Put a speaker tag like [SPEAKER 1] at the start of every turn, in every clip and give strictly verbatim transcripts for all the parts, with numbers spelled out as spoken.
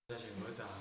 [SPEAKER 1] 大家请合掌。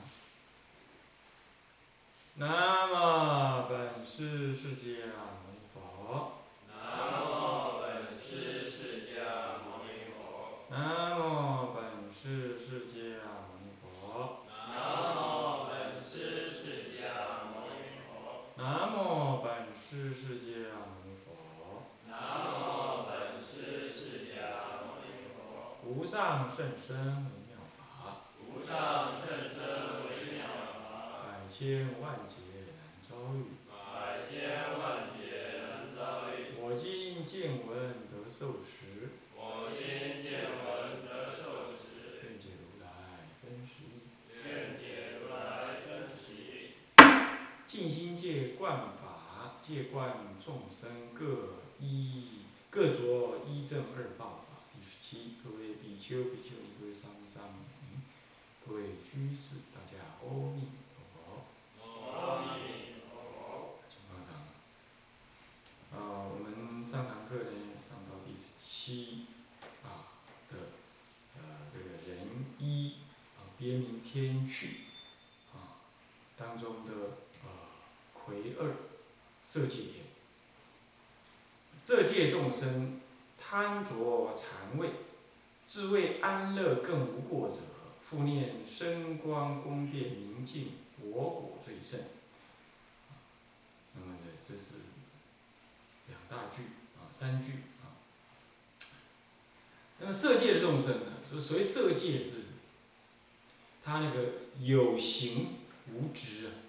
[SPEAKER 1] 南无本师释迦牟尼佛。
[SPEAKER 2] 南无本师释迦牟尼佛。
[SPEAKER 1] 南无本师释迦牟尼佛。
[SPEAKER 2] 南无本师释迦牟尼佛。
[SPEAKER 1] 南无本师释迦牟尼佛。
[SPEAKER 2] 南无本师释迦牟尼佛。
[SPEAKER 1] 无上甚深微妙法。
[SPEAKER 2] 无上甚深微妙法。
[SPEAKER 1] 百千万劫难遭遇。
[SPEAKER 2] 百千万劫难遭遇。
[SPEAKER 1] 我今见闻得受持。
[SPEAKER 2] 我今见闻得受持。
[SPEAKER 1] 愿解如来真实义。
[SPEAKER 2] 愿解如来真实义。
[SPEAKER 1] 尽心戒观法，戒观众生各依各着一正二报法。第十七，各位比丘、比丘尼，各位沙弥、沙弥，各位居士，大家阿弥陀佛。
[SPEAKER 2] 阿弥陀佛。
[SPEAKER 1] 请放上。啊，我们上堂课呢，上到第十七啊的呃这个人一啊别名天趣啊当中的呃魁二色界天。色界众生贪着禅味，自谓安乐更无过者，复念身光宫殿明净，我果最甚。那么呢，这是两大句啊，三句啊。那么色界的众生呢，所所谓色界是，他那个有形无质啊。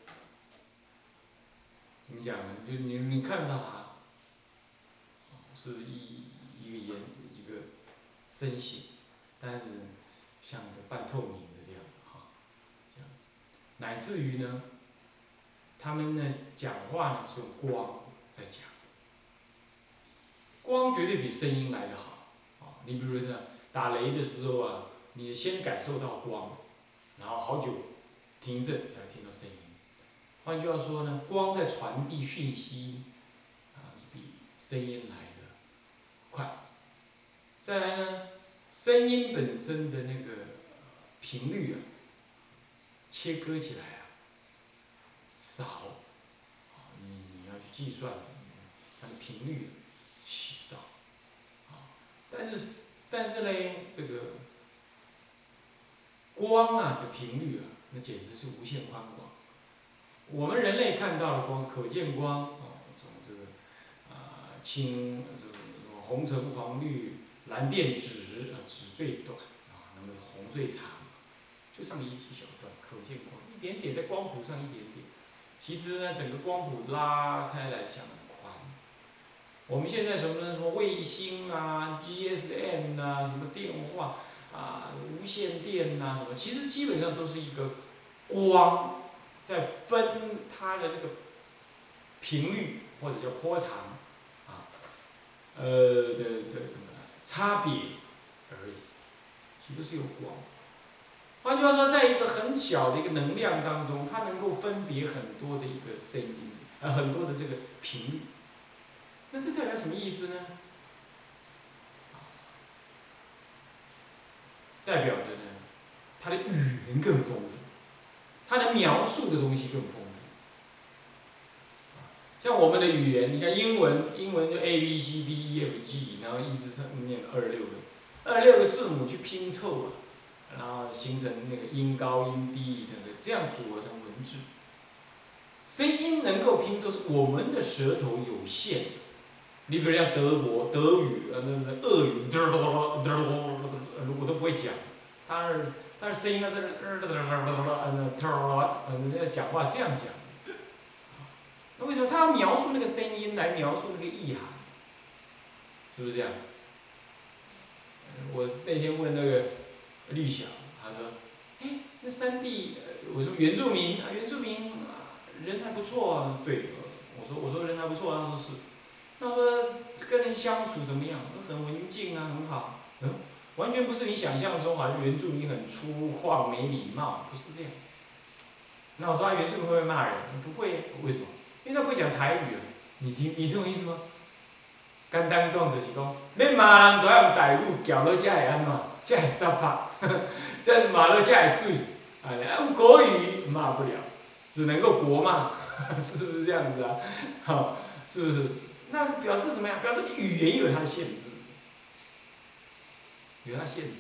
[SPEAKER 1] 怎么讲呢？就你你看到他，是一一个颜一个身形，但是像个半透明的这样子哈，这样子，乃至于呢，他们呢讲话呢是用光在讲，光绝对比声音来得好啊。你比如说打雷的时候啊，你先感受到光，然后好久听一阵才会听到声音。换句话说呢，光在传递讯息啊，是比声音来的快。再来呢，声音本身的那个频率啊，切割起来啊少，啊你你要去计算它的频率少，啊，但是但是呢，这个光啊的频率啊，那简直是无限宽广。我们人类看到的光，可见光啊，从这个啊青这个红橙黄绿蓝靛紫啊，紫最短啊，那么红最长，就这么一一小段可见光，一点点在光谱上一点点。其实呢，整个光谱拉开来相当宽。我们现在什么呢？什么卫星啊、G S M 啊、什么电话啊、无线电呐、什么，其实基本上都是一个光在分它的那个频率或者叫波长啊，呃的的什么差别而已，其实是有光。换句话说，在一个很小的一个能量当中，它能够分别很多的一个声音，呃，很多的这个频率。那这代表什么意思呢？代表着呢，它的语言更丰富，它能描述的东西更丰富。像我们的语言，你看英文，英文就 A B C D E F G， 然后一直上念二十六个，二十六个字母去拼凑啊，然后形成那个音高音低，整个这样组合成文字。声音能够拼凑，是我们的舌头有限。你比如像德国德语，呃，那那俄语，如果都不会讲，他是他的声音啊，在那呃呃讲话这样讲。那为什么他要描述那个声音来描述那个意涵？是不是这样？我那天问那个绿晓，他说：“哎，那山地，我说原住民啊，原住民啊，人还不错啊。”对，我说我说人还不错啊，他说是。那说跟人相处怎么样？很文静啊，很好。嗯，完全不是你想象中好像原住民很粗犷、没礼貌，不是这样。那我说啊，原住民会不会骂人？不会，为什么？因为他不会讲台语啊。你听，你听我意思吗？简单讲就是讲，要骂人都要用台语，叫落才会安怎？才会煞拍，这骂落才会水。 啊，用国语骂不了，只能够国骂，是不是这样子啊？好，是不是？那表示怎么样？表示语言有它的限制，有它限制。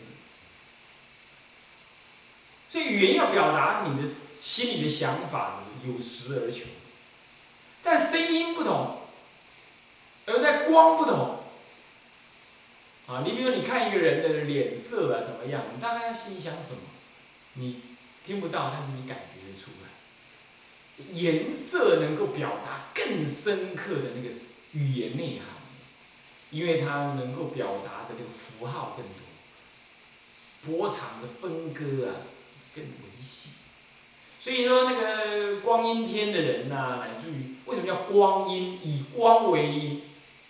[SPEAKER 1] 所以语言要表达你的心里的想法，有实而求。但声音不同，而在光不同。啊，你比如说你看一个人的脸色啊怎么样，你大概他心里想什么，你听不到，但是你感觉得出来。颜色能够表达更深刻的那个语言内涵，因为它能够表达的那个符号更多，波长的分割啊更维系。所以说那个光阴天的人呐、啊，乃至于为什么叫光阴？以光为阴。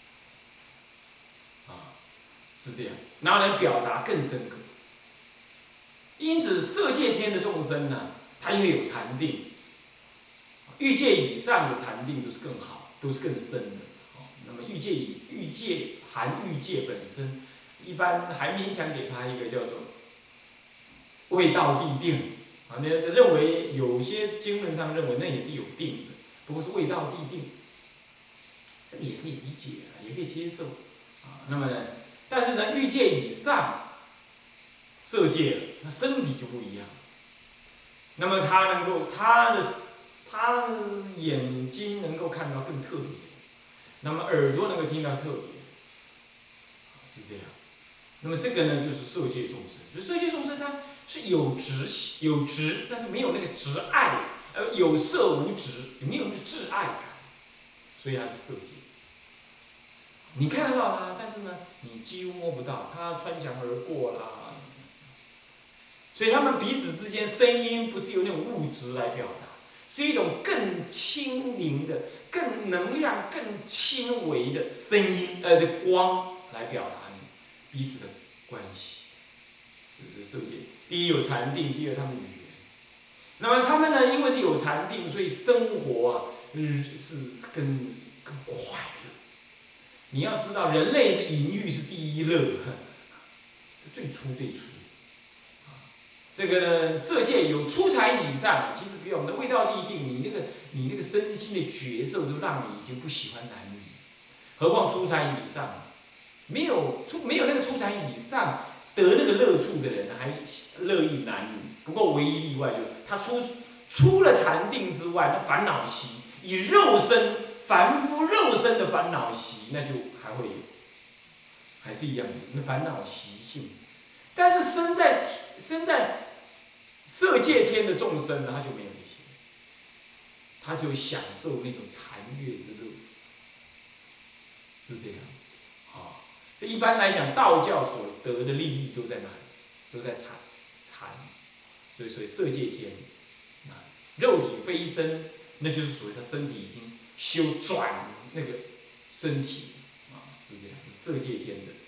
[SPEAKER 1] 是这样，然后能表达更深刻。因此，色界天的众生呢，他因为有禅定，欲界以上的禅定都是更好，都是更深的。那么欲界以欲界含欲界本身，一般还勉强给他一个叫做未到地定。啊，那认为有些经论上认为那也是有定的，不过是未到地定，这个也可以理解啊，也可以接受。啊，那么呢？但是呢，欲界以上，色界了，那身体就不一样。那么他能够，他的他的眼睛能够看到更特别，那么耳朵能够听到特别，是这样。那么这个呢，就是色界众生。所以色界众生他是有执有执，但是没有那个执爱，呃，有色无执，也没有那个挚爱感，所以他是色界。你看得到他，但是呢，你几乎摸不到，他穿墙而过啦。所以他们彼此之间声音不是由那种物质来表达，是一种更轻灵的、更能量更轻微的声音，呃的光来表达你彼此的关系。这是色界。第一有禅定，第二他们语言。那么他们呢，因为是有禅定，所以生活啊，嗯，是更更快乐。你要知道，人类的淫欲是第一乐，是最初最初的。这个呢，色界有初禅以上，其实比我们的未到地定，你那个你那个身心的觉受都让你已经不喜欢男女，何况初禅以上，没有出没有那个初禅以上得那个乐处的人还乐意男女。不过唯一例外就是他出出了禅定之外，那烦恼习以肉身。凡夫肉身的烦恼习，那就还会有，还是一样的，那烦恼习性。但是身在身在色界天的众生呢，他就没有这些，他就享受那种禅悦之乐，是这样子。啊，这一般来讲，道教所得的利益都在哪里？都在禅禅，所以所以色界天，啊，肉体非身，那就是属于他身体已经。修转那个身体啊，是这样，色界天的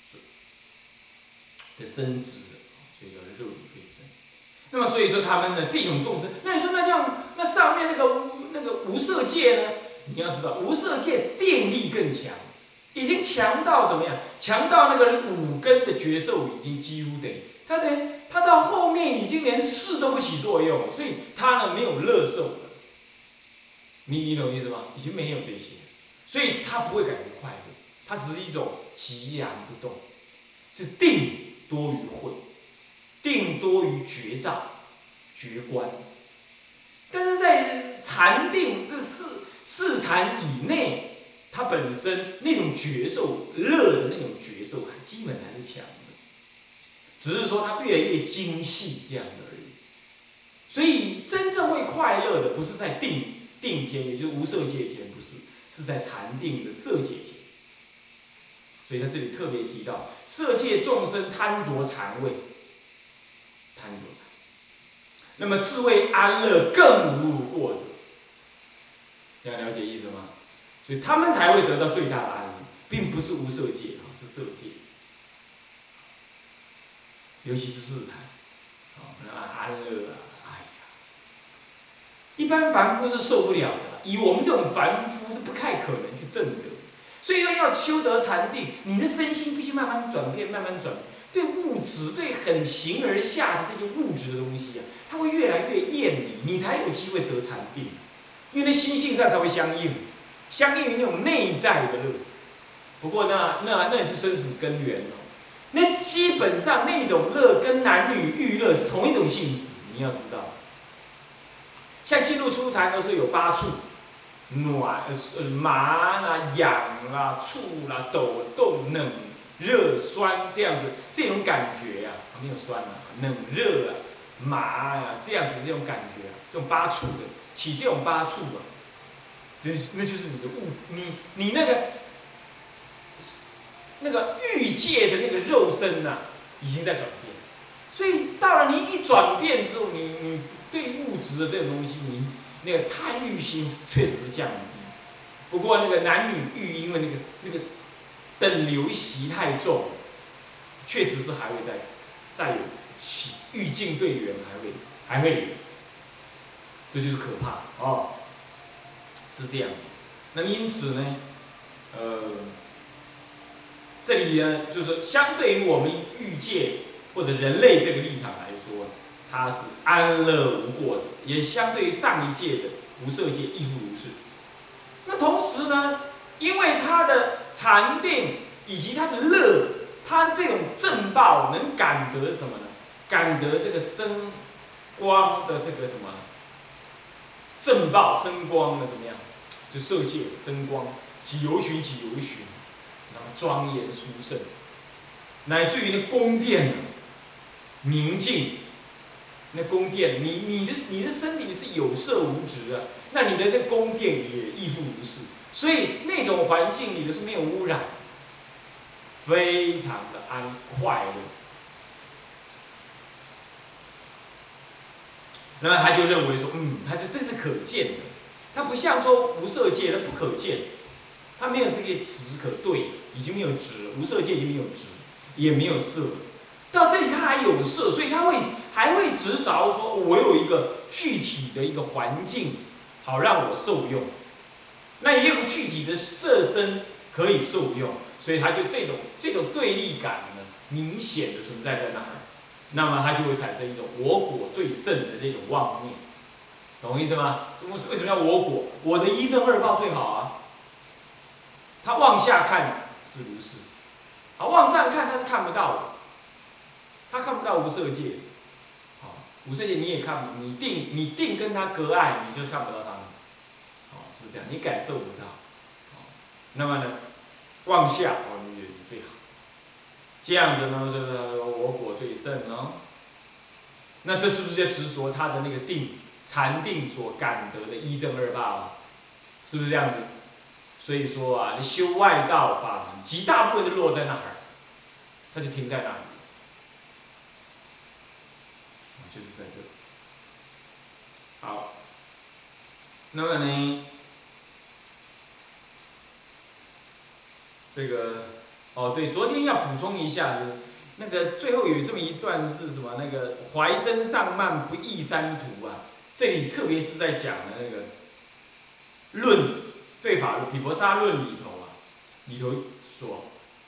[SPEAKER 1] 的生殖，所以叫肉体非身。那么所以说他们呢，这种众生，那你说那这样，那上面那个无那个无色界呢？你要知道，无色界定力更强，已经强到怎么样？强到那个五根的觉受已经几乎得，他呢，他到后面已经连事都不起作用，所以他呢没有乐受了。你你懂意思吗？已经没有这些，所以他不会感觉快乐，他只是一种寂然不动，是定多于慧，定多于觉照、觉观。但是在禅定这四四禅以内，它本身那种觉受乐的那种觉受，还基本还是强的，只是说它越来越精细这样的而已。所以真正会快乐的，不是在定。定天，也就是无色界天，不是，是在禅定的色界天。所以他这里特别提到，色界众生贪着禅味，贪着禅。那么智慧安乐更无过者，这样了解意思吗？所以他们才会得到最大的安乐，并不是无色界啊，是色界。尤其是四禅，啊，安乐啊。一般凡夫是受不了的，以我们这种凡夫是不太可能去证得。 所以说要修得禅定，你的身心必须慢慢转变，慢慢转变。对物质，对很形而下的这些物质的东西啊，它会越来越厌离，你才有机会得禅定。因为那心性上才会相应，相应于那种内在的乐。不过那那那也是生死根源哦。那基本上那种乐跟男女欲乐是同一种性质，你要知道。像进入初禅的时候有八处，暖呃麻啦、痒啦、触啦、抖动、冷、热、酸这样子，这种感觉呀、啊，没有酸啊，冷、热啊、麻呀、啊、这样子这种感觉啊，这种八处的起这种八处啊，这那就是你的物，你你那个那个欲界的那个肉身呐、啊，已经在转变，所以到了你一转变之后，你你对物质的这种东西，你那个贪欲心确实是降低。不过那个男女欲，因为那个那个等流习太重，确实是还会再再有起欲境对缘，还会还会有，这就是可怕哦，是这样。那么因此呢，呃，这里呢，就是说，相对于我们欲界或者人类这个立场来说，它是安乐无过者，也相对于上一界的无色界亦复如是。那同时呢，因为他的禅定以及他的乐，他这种正报能感得什么呢？感得这个生光的这个什么正报生光的怎么样？就色界生光，即由循即由循，那么庄严殊胜，乃至于那宫殿明净。那宫殿，你你的你的身体是有色无执啊，那你的那宫殿也亦复如是。所以那种环境里的是没有污染，非常的安快乐。那么他就认为说，嗯，他这这是可见的，他不像说无色界，它不可见，它没有这个执可对，已经没有执了，无色界已经没有执，也没有色。到这里它还有色，所以它会还会执着说，我有一个具体的一个环境，好让我受用。那也有具体的色身可以受用，所以它就这种这种对立感呢，明显的存在在那儿。那么它就会产生一种我果最胜的这种妄念，懂我意思吗？什么为什么要我果？我的一正二报最好啊。他往下看是如是，啊，往上看他是看不到的。他看不到无色界，好，无色界你也看不，你定你定跟他隔碍，你就是看不到他们，哦，是这样，你感受不到，哦，那么呢，往下我们就最好，这样子呢，这个我果最胜哦。那这是不是在执着他的那个定禅定所感得的一正二报？是不是这样子？所以说啊，你修外道法门，极大部分就落在那儿，他就停在那里。就是在这。好，那么呢，这个哦对，昨天要补充一下，那个最后有这么一段是什么？那个怀真上慢不异三途啊，这里特别是在讲的那个论对法论毗婆沙论里头啊，里头所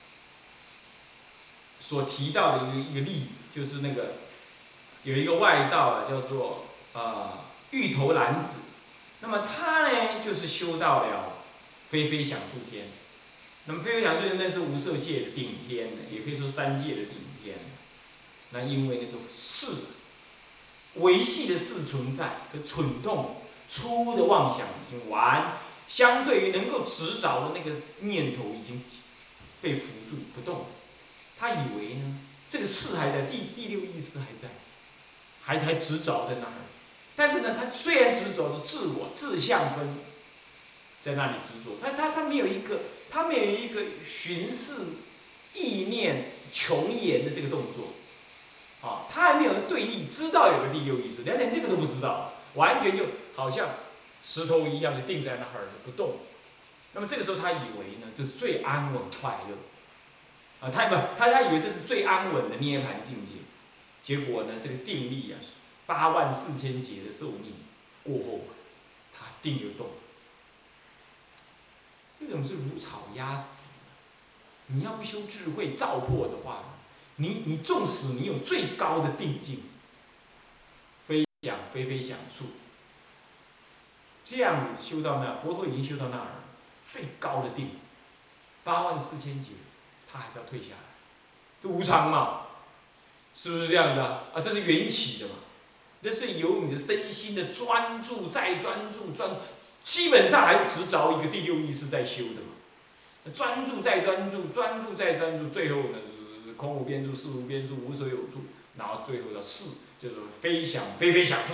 [SPEAKER 1] 所提到的一个一个例子，就是那个。有一个外道啊，叫做呃芋头男子，那么他呢就是修到了非非想处天，那么非非想处天那是无色界的顶天，也可以说三界的顶天。那因为那个事，维系的事存在，可蠢动粗的妄想已经完，相对于能够执着的那个念头已经被扶住不动，他以为呢这个事还在，第第六意识还在。还还执着在那儿，但是呢，他虽然执着的自我自相分，在那里执着，他他他没有一个，他没有一个巡视意念穷言的这个动作，啊，他还没有对弈，知道有个第六意识，连连这个都不知道，完全就好像石头一样的定在那儿不动。那么这个时候他以为呢，这是最安稳快乐，啊，他不他他以为这是最安稳的涅槃境界。结果呢，这个定力啊，八万四千劫的寿命过后，他定就动了。 这种是如草压死。你要不修智慧照破的话，你你纵使你有最高的定境，非想非非想处，这样子修到那，佛陀已经修到那儿了，最高的定，八万四千劫，他还是要退下来，这无常嘛，是不是这样子啊？啊，这是缘起的嘛，那是由你的身心的专注再专注专，基本上还是只找一个第六意识在修的嘛。专注再专注，专注再专注，最后呢，就是空无边处、事无边处、无所有处，然后最后的事就是非想非非想处。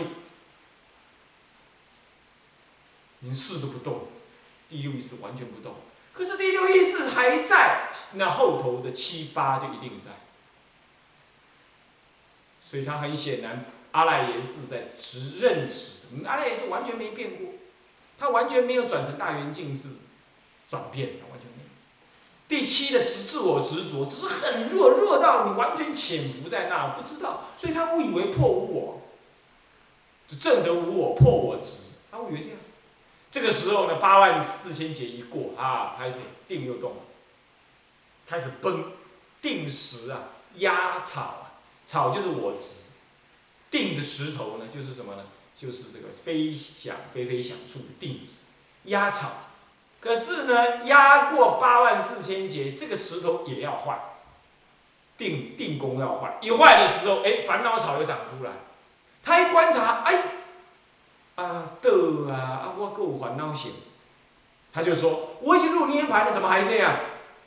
[SPEAKER 1] 连事都不动，第六意识完全不动。可是第六意识还在，那后头的七八就一定在。所以他很显然，阿赖耶识在执任持的，阿赖耶识完全没变过，他完全没有转成大圆镜智转变，完全没有。第七的执自我执着，只是很弱，弱到你完全潜伏在那，不知道，所以他误以为破无我，就证得无我，破我执，他误以为这样。这个时候呢，八万四千劫一过啊，开始定又动了，开始崩，定石啊，压草啊，草就是我执，定的石头呢，就是什么呢？就是这个非想非非想处的定石，压草。可是呢，压过八万四千劫，这个石头也要坏，定定功要坏，一坏的时候，哎，烦恼草又长出来，他一观察，哎。啊，得啊，啊，我还有烦恼心，他就说：“我已经入涅盘了，怎么还这样？”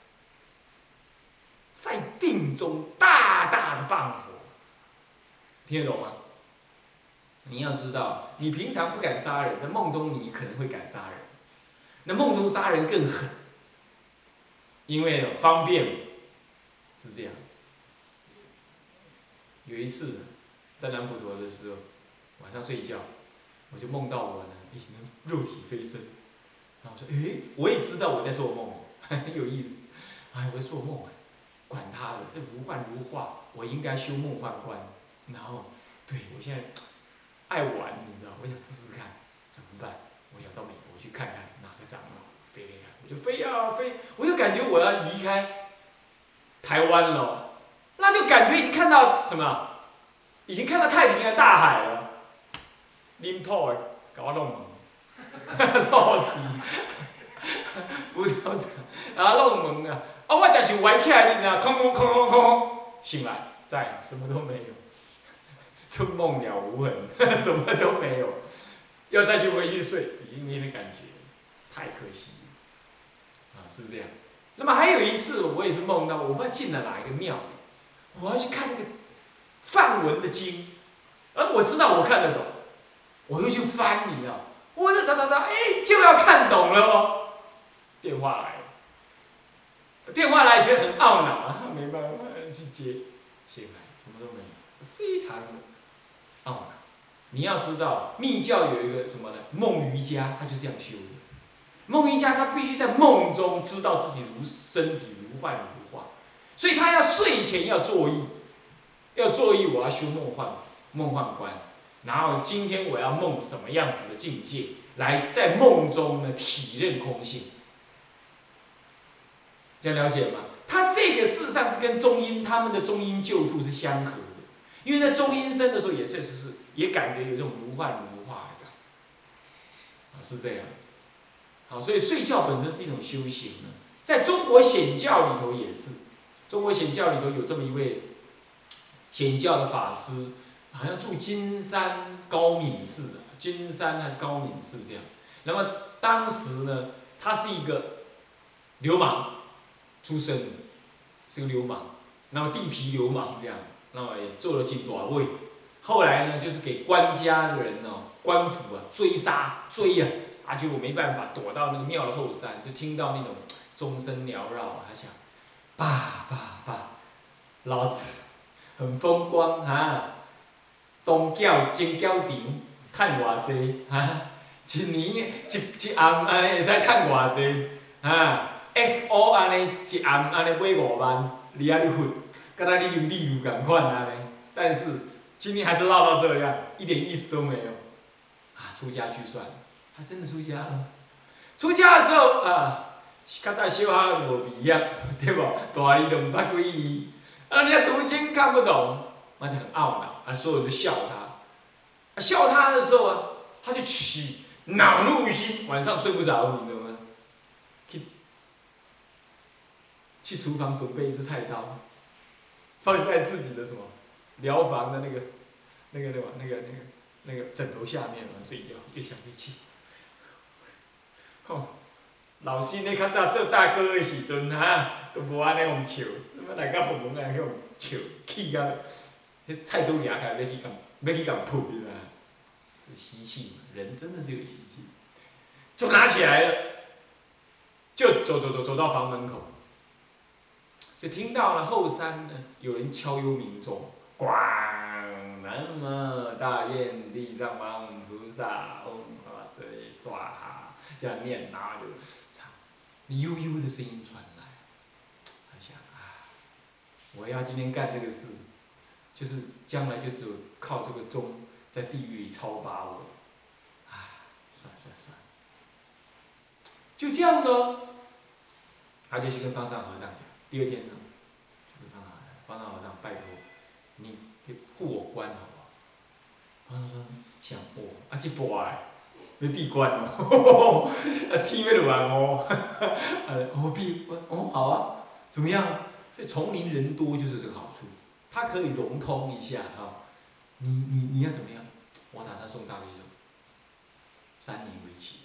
[SPEAKER 1] 在定中大大的谤佛，听得懂吗？你要知道，你平常不敢杀人，在梦中你可能会敢杀人，那梦中杀人更狠，因为方便嘛，是这样。有一次，在南普陀的时候，晚上睡觉。我就梦到我呢，已经肉体飞升，然后我说，诶，我也知道我在做梦，很有意思，哎，我在做梦，管他的，这如幻如化，我应该修梦幻观，然后，对我现在爱玩，你知道，我想试试看，怎么办？我想到美国去看看哪个长老飞飞看，我就飞啊飞，我就感觉我要离开台湾了，那就感觉已经看到什么，已经看到太平洋大海了。啉泡的，甲我弄问，老死，辅导长，然后弄问啊，啊我真是歪起来，你知影，空空空空空，醒来，在什么都没有，春梦了无痕，什么都没有，要再去回去睡，已经没点感觉，太可惜了，啊是这样。那么还有一次，我也是梦到，我不知道进了哪一个庙里，我要去看那个梵文的经，而我知道我看得懂。我又去翻，你知道，我就查查查，哎，就要看懂了哦。电话来了，电话来觉得很懊恼啊，没办法去接，醒来什么都没有，这非常懊恼。你要知道，密教有一个什么呢？梦瑜伽，他就这样修的。梦瑜伽他必须在梦中知道自己如身体如幻如化，所以他要睡前要作意，要作意我要修梦幻梦幻观。然后今天我要梦什么样子的境界，来在梦中呢体认空性，这样了解吗？它这个事实上是跟中阴他们的中阴救度是相合的，因为在中阴身的时候也确实是也感觉有这种如幻如化的感，啊是这样子，好，所以睡觉本身是一种修行呢，在中国显教里头也是，中国显教里头有这么一位显教的法师。好像住金山高敏寺，金山还是高敏寺这样。那么当时呢，他是一个流氓出身的，是个流氓，那么地痞流氓这样，那么也做了进短位。后来呢，就是给官家的人哦，官府啊追杀追呀、啊，啊结果没办法躲到那个庙的后山，就听到那种钟声缭绕，他想，爸爸爸，老子很风光啊。东缴精缴场，趁偌济哈？一年一一暗安尼会使趁偌济哈 ？X O 安尼一暗安尼买五万，你啊你混，跟他你啉例如共款安尼。但是今天还是闹到这样，一点意思都没有。啊，出家去算了，他真的出家了。出家的时候啊， 较早小学无毕业，对无？大二就毋捌几年，啊，人家读经看不懂，那就很懊恼，啊，所有人就笑他。啊，笑他的时候啊，他就起恼怒于心，晚上睡不着，你知道吗？去去厨房准备一支菜刀，放在自己的什么疗房的那个那个对吧？那个那个那个枕头下面嘛，睡觉，越想越气。吼，老师咧较早做大哥的时阵哈，都无安尼互笑，他妈来到后门来互笑，气到，迄菜刀拿起来要去共要去共扑，你知道吗？这习气嘛，人真的是有习气，就拿起来了，就走走走走到房门口，就听到了后山呢有人敲幽冥钟，咣，南无大愿地藏王菩萨，唵嘛呢叭哈。这样念，然后就唱，悠悠的声音传来。他想啊，我要今天干这个事，就是将来就只有靠这个钟在地狱里超拔我。啊，算算算，就这样子哦。他就去跟方丈和尚讲，第二天呢，就跟方丈和尚，方丈和尚拜托，你给护我关好不好？方丈说想我啊，这波哎。要闭关哦，啊天要落雨哦，哦闭关哦好啊，怎么样？所以丛林人多就是这个好处，它可以融通一下啊。你你你要怎么样？我打算送大悲咒，三年为期。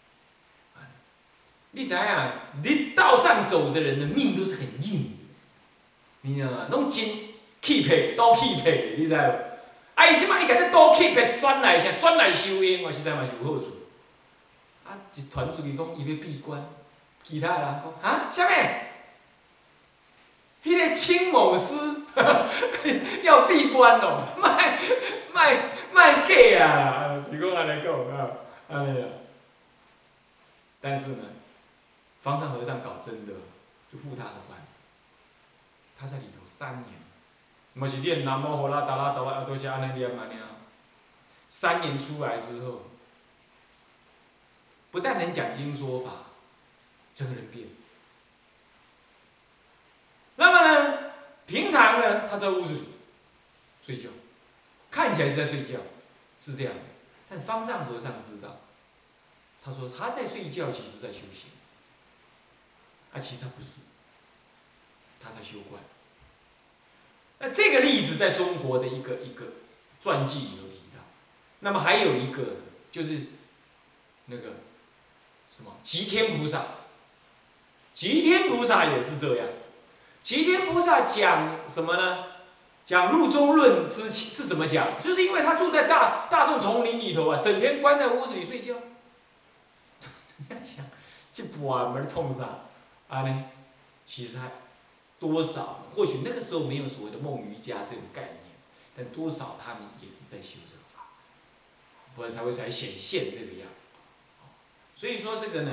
[SPEAKER 1] 你知影，你道上走的人的命都是很硬的，你知道吗？拢真气魄，刀气魄，你知无？啊！伊即摆伊家这刀气魄转来啥？转来收烟，我实在嘛是有好处。啊，一传出去讲伊要闭关，其他人讲啊，啥物？迄个清某师要闭关咯，卖卖卖假啊！是讲安尼讲啊，安尼啦。但是呢，方丈和尚搞真的，就付他的关。他在里头三年。嘛是念南无呼啦达啦达啦，都是安尼念嘛念。三年出来之后，不但能讲经说法，整个人变。那么呢，平常呢，他在屋子里睡觉，看起来是在睡觉，是这样的。但方丈和尚知道，他说他在睡觉，其实在修行。啊，其实他不是，他在修观。那这个例子在中国的一个一个传记里头提到，那么还有一个就是那个什么吉天菩萨，吉天菩萨也是这样。吉天菩萨讲什么呢？讲入中论之是怎么讲？就是因为他住在大大众丛林里头啊，整天关在屋子里睡觉。人家想，这半门冲啥？啊呢？其实还。多少？或许那个时候没有所谓的梦瑜伽这种概念，但多少他们也是在修这个法，不然才会才显现这个样。所以说这个呢，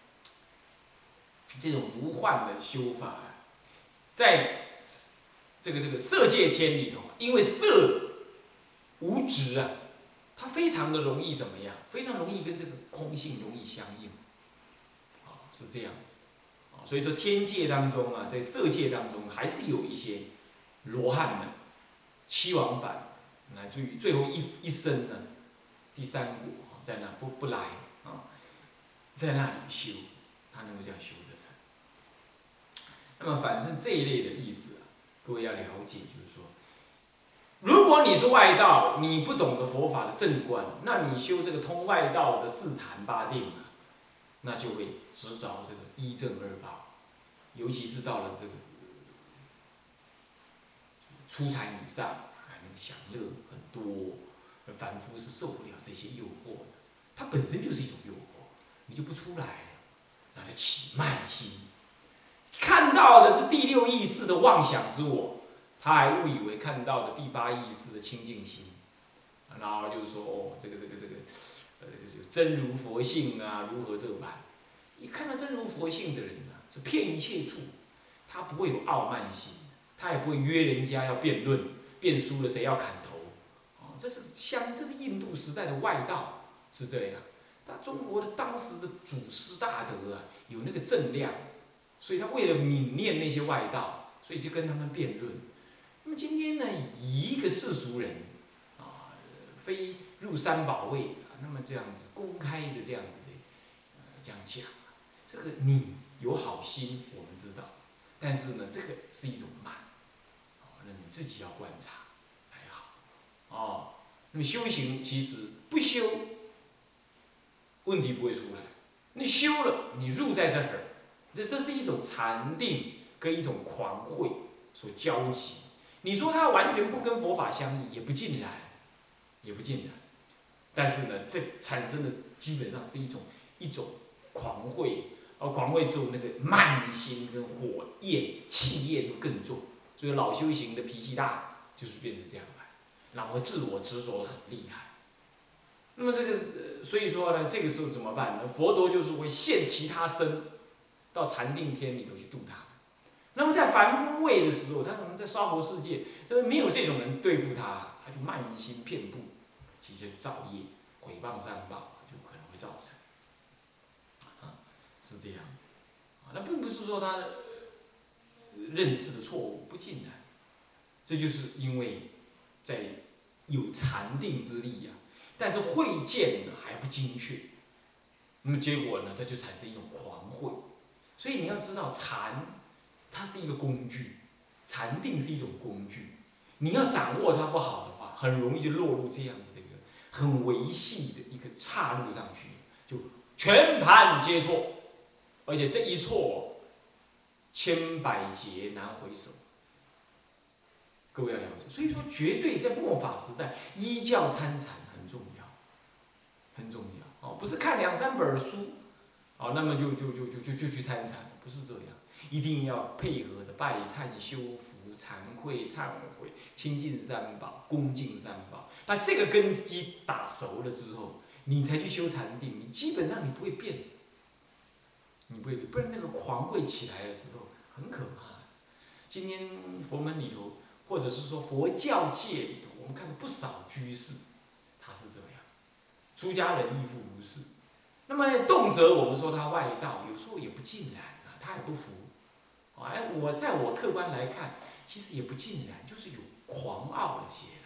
[SPEAKER 1] 这种如幻的修法啊，在这个这个色界天里头，因为色无执啊，它非常的容易怎么样？非常容易跟这个空性容易相应，啊，是这样子。所以说天界当中啊，在色界当中还是有一些罗汉们，七往返，乃至于最后一一生呢，第三果在那不不来啊，在那里修，他能够这样修得成。那么反正这一类的意思啊，各位要了解，就是说，如果你是外道，你不懂得佛法的正观，那你修这个通外道的四禅八定啊，那就会执着这个一正二报，尤其是到了这个初禅以上，啊，那个享乐很多，凡夫是受不了这些诱惑的，它本身就是一种诱惑，你就不出来了，那就起慢心，看到的是第六意识的妄想之我，他还误以为看到的第八意识的清净心，然后就是说哦，这个这个这个。呃，真如佛性啊，如何这般？一看到真如佛性的人啊，是骗一切处，他不会有傲慢心，他也不会约人家要辩论，辩输了谁要砍头？哦，这是相，这是印度时代的外道是这样。 他中国的当时的祖师大德啊，有那个正量，所以他为了泯灭那些外道，所以就跟他们辩论。那么今天呢，以一个世俗人啊，非入三宝位啊，那么这样子公开的这样子的，呃，这样讲，这个你有好心，我们知道，但是呢，这个是一种慢，哦，那你自己要观察才好，哦，那么修行其实不修，问题不会出来，你修了，你入在这儿，这这是一种禅定跟一种狂慧所交集。你说它完全不跟佛法相应，也不尽然，也不尽然。但是呢，这产生的基本上是一种一种狂慧，而狂慧之后那个慢心跟火焰气焰都更重，所以老修行的脾气大，就是变成这样来，然后自我执着很厉害。那么这个，所以说呢，这个时候怎么办呢？佛陀就是会现其他身到禅定天里头去度他。那么在凡夫位的时候，他可能在娑婆世界，就是没有这种人对付他，他就慢心遍布，其实造业、毁谤三宝，就可能会造成，啊，是这样子。啊，那并不是说他认识的错误，不尽然，这就是因为在有禅定之力呀、啊，但是慧见呢还不精确，那么结果呢，它就产生一种狂慧。所以你要知道禅。它是一个工具，禅定是一种工具，你要掌握它不好的话，很容易就落入这样子的一个很维系的一个岔路上去，就全盘皆错，而且这一错，千百劫难回首。各位要了解，所以说绝对在末法时代，依教参禅很重要，很重要哦，不是看两三本书，哦，那么就就就就就就去参禅，不是这样。一定要配合的拜忏、修福、惭愧、忏悔、亲近三宝、恭敬三宝，把这个根基打熟了之后，你才去修禅定，你基本上你不会变，你不会变，不然那个狂慧起来的时候很可怕。今天佛门里头，或者是说佛教界里头，我们看到不少居士，他是这样，出家人亦复如是。那么动辄我们说他外道，有时候也不尽然啊，他也不服。哎，我在我客观来看，其实也不尽然，就是有狂傲了些。